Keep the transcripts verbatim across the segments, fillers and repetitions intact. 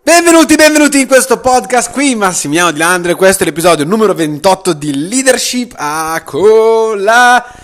Benvenuti, benvenuti in questo podcast, qui Massimiliano Di Landro e questo è l'episodio numero ventotto di Leadership a colazione.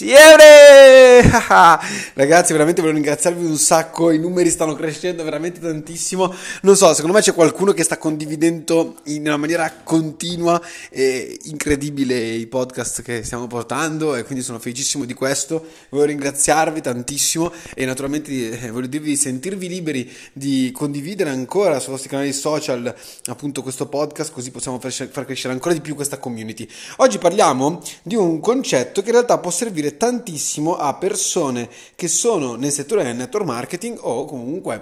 Ragazzi, veramente voglio ringraziarvi un sacco, i numeri stanno crescendo veramente tantissimo. Non so, secondo me c'è qualcuno che sta condividendo in una maniera continua e incredibile i podcast che stiamo portando e quindi sono felicissimo di questo. Voglio ringraziarvi tantissimo e naturalmente eh, voglio dirvi di sentirvi liberi di condividere ancora sui vostri canali social appunto questo podcast, così possiamo far crescere ancora di più questa community. Oggi parliamo di un concetto che in realtà può servire tantissimo a persone che sono nel settore del network marketing o comunque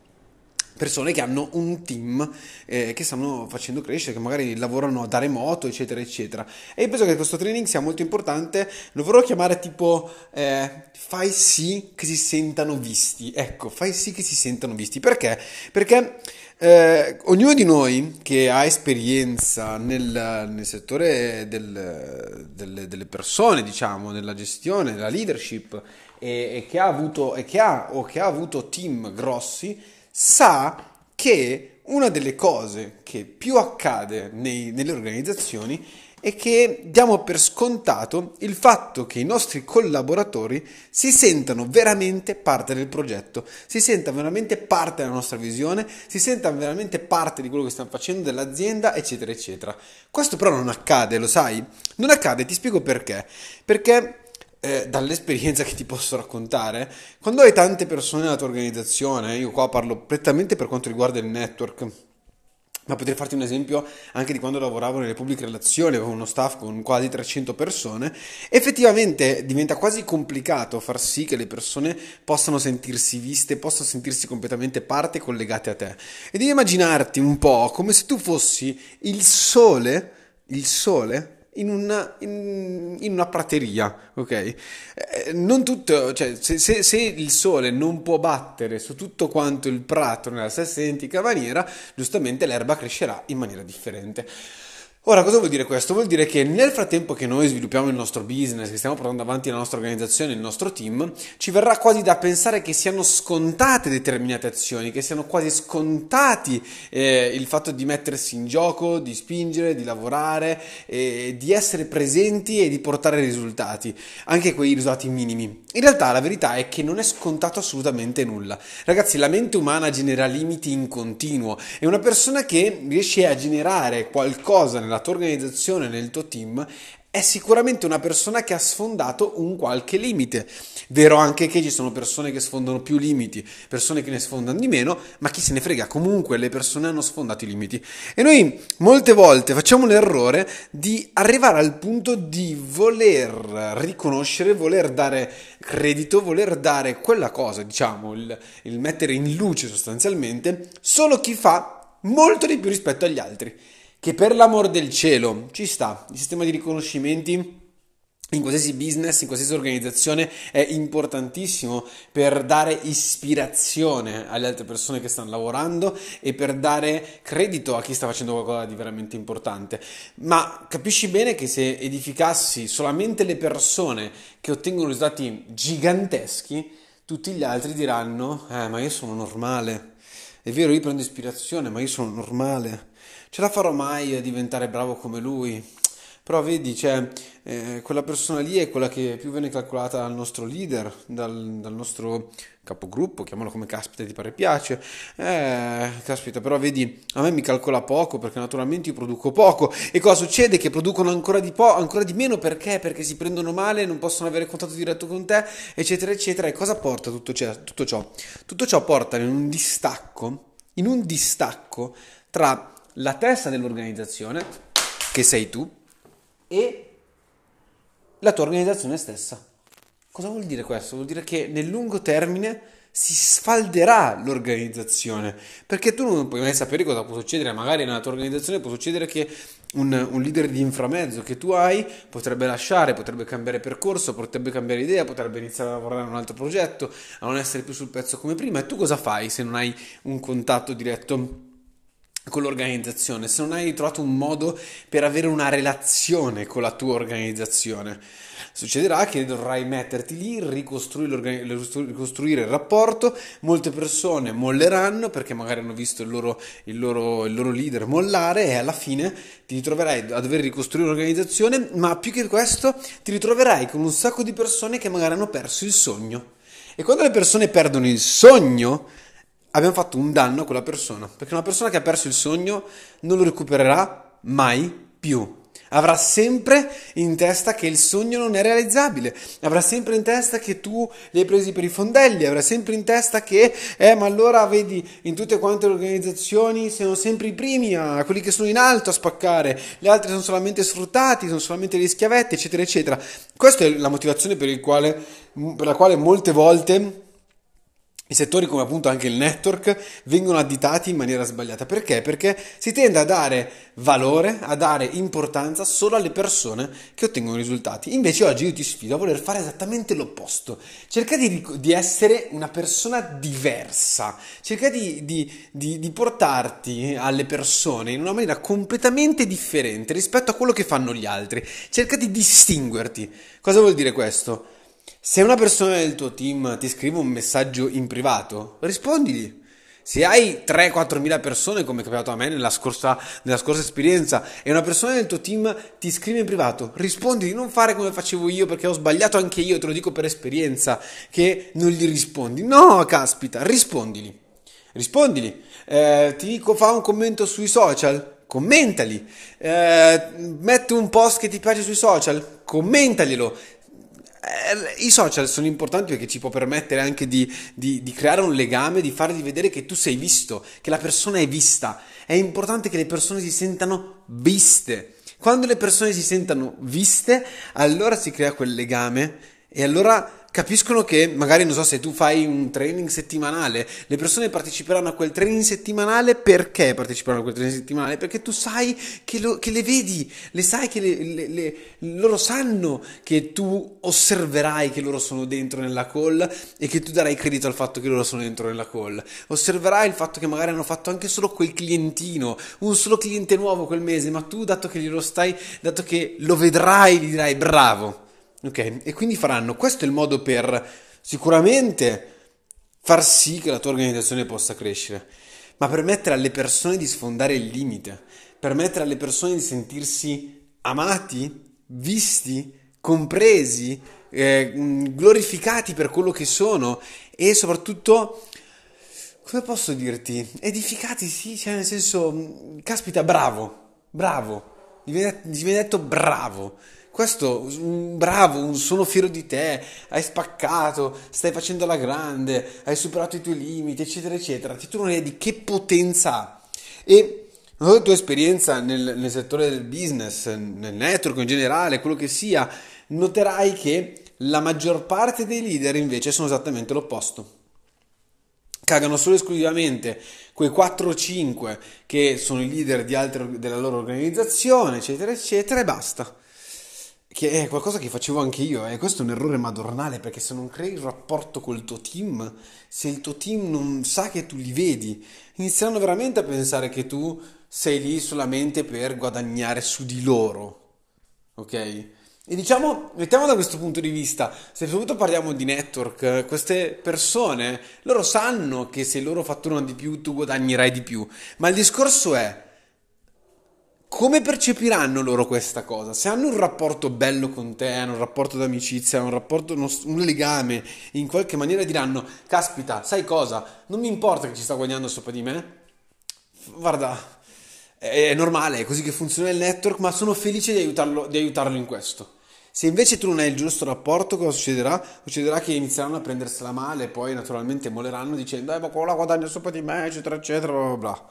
persone che hanno un team eh, che stanno facendo crescere, che magari lavorano da remoto, eccetera, eccetera. E io penso che questo training sia molto importante, lo vorrò chiamare tipo eh, fai sì che si sentano visti. Ecco, fai sì che si sentano visti. Perché? Perché eh, ognuno di noi che ha esperienza nel, nel settore del, delle, delle persone, diciamo, nella gestione, della leadership, e, e che ha avuto, e che ha, o che ha avuto team grossi, sa che una delle cose che più accade nei, nelle organizzazioni è che diamo per scontato il fatto che i nostri collaboratori si sentano veramente parte del progetto, si sentano veramente parte della nostra visione, si sentano veramente parte di quello che stiamo facendo, dell'azienda, eccetera, eccetera. Questo però non accade, lo sai? Non accade, ti spiego perché. Perché Eh, dall'esperienza che ti posso raccontare, quando hai tante persone nella tua organizzazione, io qua parlo prettamente per quanto riguarda il network, ma potrei farti un esempio anche di quando lavoravo nelle pubbliche relazioni, avevo uno staff con quasi trecento persone, effettivamente diventa quasi complicato far sì che le persone possano sentirsi viste, possano sentirsi completamente parte collegate a te. E devi immaginarti un po' come se tu fossi il sole, il sole, In una, in, in una prateria, ok? Eh, non tutto, cioè, se, se, se il sole non può battere su tutto quanto il prato nella stessa identica maniera, giustamente l'erba crescerà in maniera differente. Ora, cosa vuol dire questo? Vuol dire che nel frattempo che noi sviluppiamo il nostro business, che stiamo portando avanti la nostra organizzazione, il nostro team, ci verrà quasi da pensare che siano scontate determinate azioni, che siano quasi scontati eh, il fatto di mettersi in gioco, di spingere, di lavorare, eh, di essere presenti e di portare risultati, anche quei risultati minimi. In realtà la verità è che non è scontato assolutamente nulla. Ragazzi, la mente umana genera limiti in continuo e una persona che riesce a generare qualcosa nella tua organizzazione, nel tuo team, è sicuramente una persona che ha sfondato un qualche limite. Vero anche che ci sono persone che sfondano più limiti, persone che ne sfondano di meno, ma chi se ne frega, comunque le persone hanno sfondato i limiti. E noi molte volte facciamo l'errore di arrivare al punto di voler riconoscere, voler dare credito, voler dare quella cosa, diciamo, il, il mettere in luce sostanzialmente, solo chi fa molto di più rispetto agli altri. Che per l'amor del cielo ci sta, il sistema di riconoscimenti in qualsiasi business, in qualsiasi organizzazione è importantissimo per dare ispirazione alle altre persone che stanno lavorando e per dare credito a chi sta facendo qualcosa di veramente importante. Ma capisci bene che se edificassi solamente le persone che ottengono risultati giganteschi, tutti gli altri diranno eh ma io sono normale, è vero, io prendo ispirazione ma io sono normale, ce la farò mai a diventare bravo come lui? Però vedi, cioè, eh, quella persona lì è quella che più viene calcolata dal nostro leader, dal, dal nostro capogruppo, chiamalo come caspita ti pare piace. Eh, caspita, però vedi, a me mi calcola poco perché naturalmente io produco poco. E cosa succede? Che producono ancora di, po- ancora di meno perché? Perché si prendono male, non possono avere contatto diretto con te, eccetera, eccetera. E cosa porta tutto, cioè, tutto ciò? Tutto ciò porta in un distacco, in un distacco tra la testa dell'organizzazione, che sei tu, e la tua organizzazione stessa. Cosa vuol dire questo? Vuol dire che nel lungo termine si sfalderà l'organizzazione, perché tu non puoi mai sapere cosa può succedere. Magari nella tua organizzazione può succedere che un, un leader di inframezzo che tu hai potrebbe lasciare, potrebbe cambiare percorso, potrebbe cambiare idea, potrebbe iniziare a lavorare in un altro progetto, a non essere più sul pezzo come prima. E tu cosa fai se non hai un contatto diretto con l'organizzazione, se non hai trovato un modo per avere una relazione con la tua organizzazione? Succederà che dovrai metterti lì, ricostruire, l'organi- ricostruire il rapporto, molte persone molleranno perché magari hanno visto il loro, il loro, il loro leader mollare e alla fine ti ritroverai a dover ricostruire l'organizzazione, ma più che questo ti ritroverai con un sacco di persone che magari hanno perso il sogno. E quando le persone perdono il sogno, abbiamo fatto un danno a quella persona, perché una persona che ha perso il sogno non lo recupererà mai più. Avrà sempre in testa che il sogno non è realizzabile, avrà sempre in testa che tu li hai presi per i fondelli, avrà sempre in testa che, eh, ma allora vedi, in tutte quante le organizzazioni siamo sempre i primi, a quelli che sono in alto a spaccare, gli altri sono solamente sfruttati, sono solamente degli schiavetti, eccetera, eccetera. Questa è la motivazione per il quale, per la quale molte volte i settori come appunto anche il network vengono additati in maniera sbagliata. Perché? Perché si tende a dare valore, a dare importanza solo alle persone che ottengono risultati. Invece oggi io ti sfido a voler fare esattamente l'opposto. Cerca di, di essere una persona diversa, cerca di, di, di, di portarti alle persone in una maniera completamente differente rispetto a quello che fanno gli altri. Cerca di distinguerti. Cosa vuol dire questo? Se una persona del tuo team ti scrive un messaggio in privato, rispondigli. Se hai tre quattro mila persone, come è capitato a me nella scorsa, nella scorsa esperienza, e una persona del tuo team ti scrive in privato, rispondili, non fare come facevo io perché ho sbagliato anche io, te lo dico per esperienza, che non gli rispondi. No, caspita, rispondili. Rispondili. Eh, ti dico, fa un commento sui social, commentali. Eh, metti un post che ti piace sui social, commentaglielo. I social sono importanti perché ci può permettere anche di, di, di creare un legame, di fargli vedere che tu sei visto, che la persona è vista. È importante che le persone si sentano viste. Quando le persone si sentano viste, allora si crea quel legame e allora capiscono che magari, non so, se tu fai un training settimanale, le persone parteciperanno a quel training settimanale. Perché parteciperanno a quel training settimanale? Perché tu sai che, lo, che le vedi, le sai che le, le, le, loro sanno che tu osserverai che loro sono dentro nella call e che tu darai credito al fatto che loro sono dentro nella call. Osserverai il fatto che magari hanno fatto anche solo quel clientino, un solo cliente nuovo quel mese, ma tu, dato che glielo stai, dato che lo vedrai, gli dirai bravo. Ok, e quindi faranno, questo è il modo per sicuramente far sì che la tua organizzazione possa crescere, ma permettere alle persone di sfondare il limite, permettere alle persone di sentirsi amati, visti, compresi, eh, glorificati per quello che sono e soprattutto, come posso dirti, edificati, sì, cioè nel senso, caspita, bravo, bravo, gli viene gli viene detto bravo. Questo, un bravo, un sono fiero di te, hai spaccato, stai facendo la grande, hai superato i tuoi limiti, eccetera, eccetera. Ti tu non hai di che potenza ha. E la tua esperienza nel, nel settore del business, nel network in generale, quello che sia, noterai che la maggior parte dei leader invece sono esattamente l'opposto. Cagano solo e esclusivamente quei quattro o cinque che sono i leader di altre, della loro organizzazione, eccetera, eccetera, e basta. Che è qualcosa che facevo anche io, e questo è un errore madornale, perché se non crei il rapporto col tuo team, se il tuo team non sa che tu li vedi, inizieranno veramente a pensare che tu sei lì solamente per guadagnare su di loro, ok? E diciamo, mettiamo da questo punto di vista, se soprattutto parliamo di network, queste persone, loro sanno che se loro fatturano di più tu guadagnerai di più, ma il discorso è: come percepiranno loro questa cosa? Se hanno un rapporto bello con te, hanno un rapporto d'amicizia, un rapporto, uno- un legame, in qualche maniera diranno: caspita, sai cosa? Non mi importa che ci sta guadagnando sopra di me. Guarda, è, è normale, è così che funziona il network, ma sono felice di aiutarlo, di aiutarlo in questo. Se invece tu non hai il giusto rapporto, cosa succederà? Succederà che inizieranno a prendersela male e poi naturalmente molleranno dicendo: eh, ma quello là guadagna sopra di me, eccetera, eccetera, bla bla bla.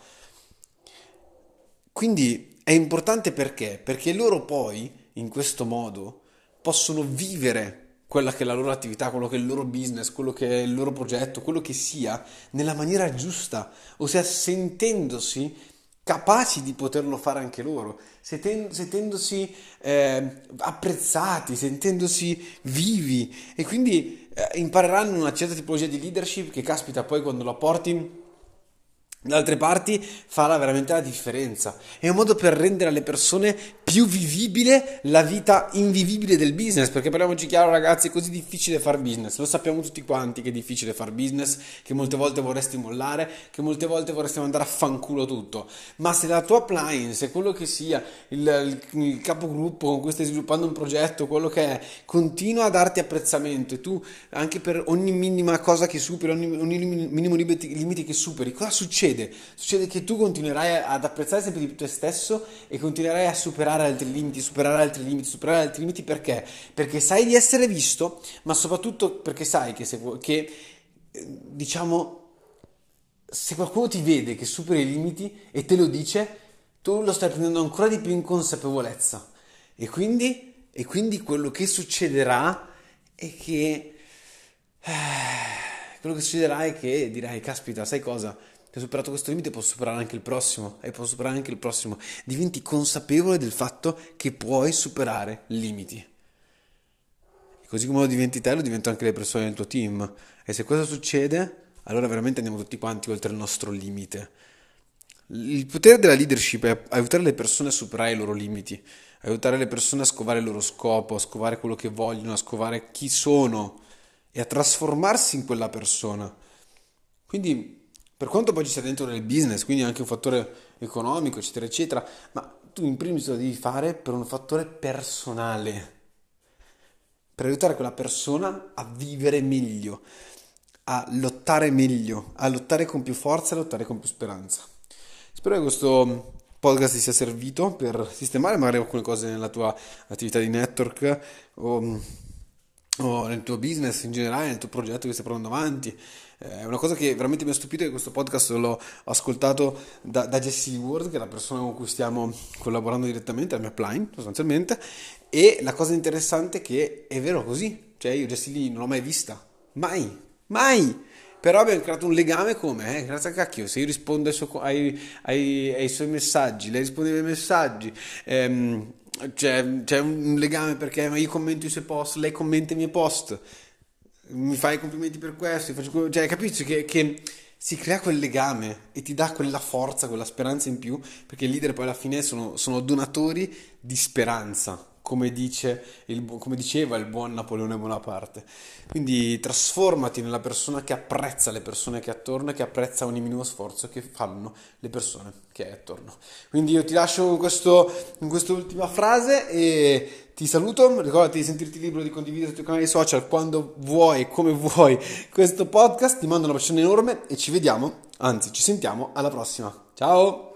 Quindi è importante perché? Perché loro poi, in questo modo, possono vivere quella che è la loro attività, quello che è il loro business, quello che è il loro progetto, quello che sia, nella maniera giusta, ossia sentendosi capaci di poterlo fare anche loro, senten- sentendosi eh, apprezzati, sentendosi vivi e quindi eh, impareranno una certa tipologia di leadership che, caspita, poi quando la porti da altre parti farà veramente la differenza. È un modo per rendere alle persone più vivibile la vita invivibile del business, perché parliamoci chiaro ragazzi, è così difficile far business, lo sappiamo tutti quanti che è difficile far business, che molte volte vorresti mollare, che molte volte vorresti mandare a fanculo tutto, ma se la tua upline, se quello che sia, il, il, il capogruppo con cui stai sviluppando un progetto, quello che è, continua a darti apprezzamento e tu anche per ogni minima cosa che superi, ogni, ogni minimo limite, limite che superi, cosa succede? Succede che tu continuerai ad apprezzare sempre di più te stesso e continuerai a superare altri limiti, superare altri limiti, superare altri limiti perché? Perché sai di essere visto, ma soprattutto perché sai che, se, che diciamo, se qualcuno ti vede che superi i limiti e te lo dice, tu lo stai prendendo ancora di più in consapevolezza. E quindi, e quindi quello che succederà è che... Eh, quello che succederà è che dirai, caspita, sai cosa? Ho superato questo limite, posso superare anche il prossimo e posso superare anche il prossimo. Diventi consapevole del fatto che puoi superare limiti. E così come lo diventi te, lo diventano anche le persone del tuo team. E se questo succede, allora veramente andiamo tutti quanti oltre il nostro limite. Il potere della leadership è aiutare le persone a superare i loro limiti, aiutare le persone a scovare il loro scopo, a scovare quello che vogliono, a scovare chi sono e a trasformarsi in quella persona. Quindi per quanto poi ci sia dentro nel business, quindi anche un fattore economico, eccetera, eccetera, ma tu in primis lo devi fare per un fattore personale, per aiutare quella persona a vivere meglio, a lottare meglio, a lottare con più forza, a lottare con più speranza. Spero che questo podcast ti sia servito per sistemare magari alcune cose nella tua attività di network o, o nel tuo business in generale, nel tuo progetto che stai portando avanti. È una cosa che veramente mi ha stupito, che questo podcast l'ho ascoltato da, da Jessie Ward, che è la persona con cui stiamo collaborando direttamente, la mia upline sostanzialmente, e la cosa interessante è che è vero così, cioè io Jessie Lee non l'ho mai vista, mai, mai, però abbiamo creato un legame come, eh, grazie a cacchio, se io rispondo ai, suo, ai, ai, ai suoi messaggi, lei risponde ai miei messaggi, ehm, c'è, c'è un legame perché io commento i suoi post, lei commenta i miei post, mi fai i complimenti per questo, faccio, cioè capisci che, che si crea quel legame e ti dà quella forza, quella speranza in più, perché i leader poi alla fine sono, sono donatori di speranza, come dice il, come diceva il buon Napoleone Bonaparte. Quindi trasformati nella persona che apprezza le persone che è attorno e che apprezza ogni minimo sforzo che fanno le persone che è attorno. Quindi io ti lascio con questo, in quest'ultima frase e ti saluto, ricordati di sentirti libero di condividere sui tuoi canali social quando vuoi e come vuoi questo podcast, ti mando una bacione enorme e ci vediamo, anzi ci sentiamo alla prossima. Ciao!